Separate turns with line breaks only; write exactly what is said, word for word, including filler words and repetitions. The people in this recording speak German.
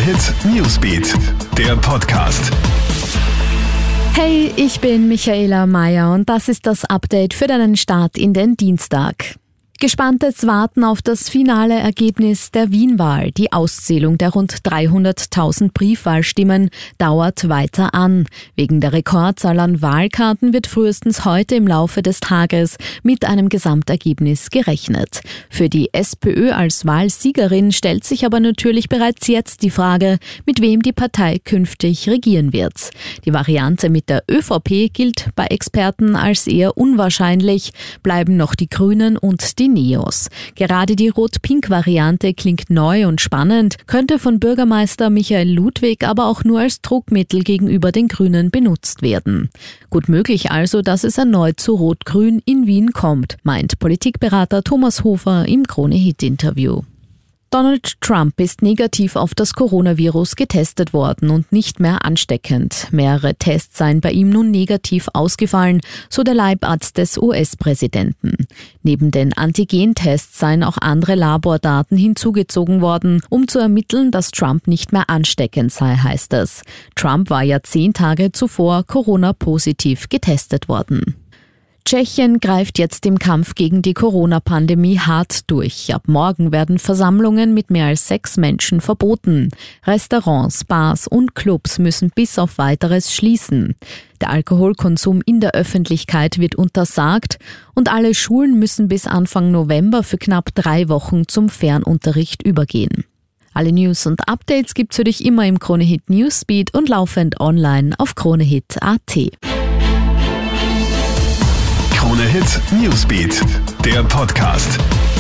Hit Newsbeat, der Podcast.
Hey, ich bin Michaela Mayer und das ist das Update für deinen Start in den Dienstag. Gespanntes Warten auf das finale Ergebnis der Wien-Wahl. Die Auszählung der rund dreihunderttausend Briefwahlstimmen dauert weiter an. Wegen der Rekordzahl an Wahlkarten wird frühestens heute im Laufe des Tages mit einem Gesamtergebnis gerechnet. Für die SPÖ als Wahlsiegerin stellt sich aber natürlich bereits jetzt die Frage, mit wem die Partei künftig regieren wird. Die Variante mit der ÖVP gilt bei Experten als eher unwahrscheinlich, bleiben noch die Grünen und die Neos. Gerade die Rot-Pink-Variante klingt neu und spannend, könnte von Bürgermeister Michael Ludwig aber auch nur als Druckmittel gegenüber den Grünen benutzt werden. Gut möglich also, dass es erneut zu Rot-Grün in Wien kommt, meint Politikberater Thomas Hofer im Krone-Hit-Interview. Donald Trump ist negativ auf das Coronavirus getestet worden und nicht mehr ansteckend. Mehrere Tests seien bei ihm nun negativ ausgefallen, so der Leibarzt des U S-Präsidenten. Neben den Antigen-Tests seien auch andere Labordaten hinzugezogen worden, um zu ermitteln, dass Trump nicht mehr ansteckend sei, heißt es. Trump war ja zehn Tage zuvor Corona-positiv getestet worden. Tschechien greift jetzt im Kampf gegen die Corona-Pandemie hart durch. Ab morgen werden Versammlungen mit mehr als sechs Menschen verboten. Restaurants, Bars und Clubs müssen bis auf Weiteres schließen. Der Alkoholkonsum in der Öffentlichkeit wird untersagt und alle Schulen müssen bis Anfang November für knapp drei Wochen zum Fernunterricht übergehen. Alle News und Updates gibt's für dich immer im Krone-Hit Newsbeat und laufend online auf kronehit punkt a t.
Krone Hit Newsbeat, der Podcast.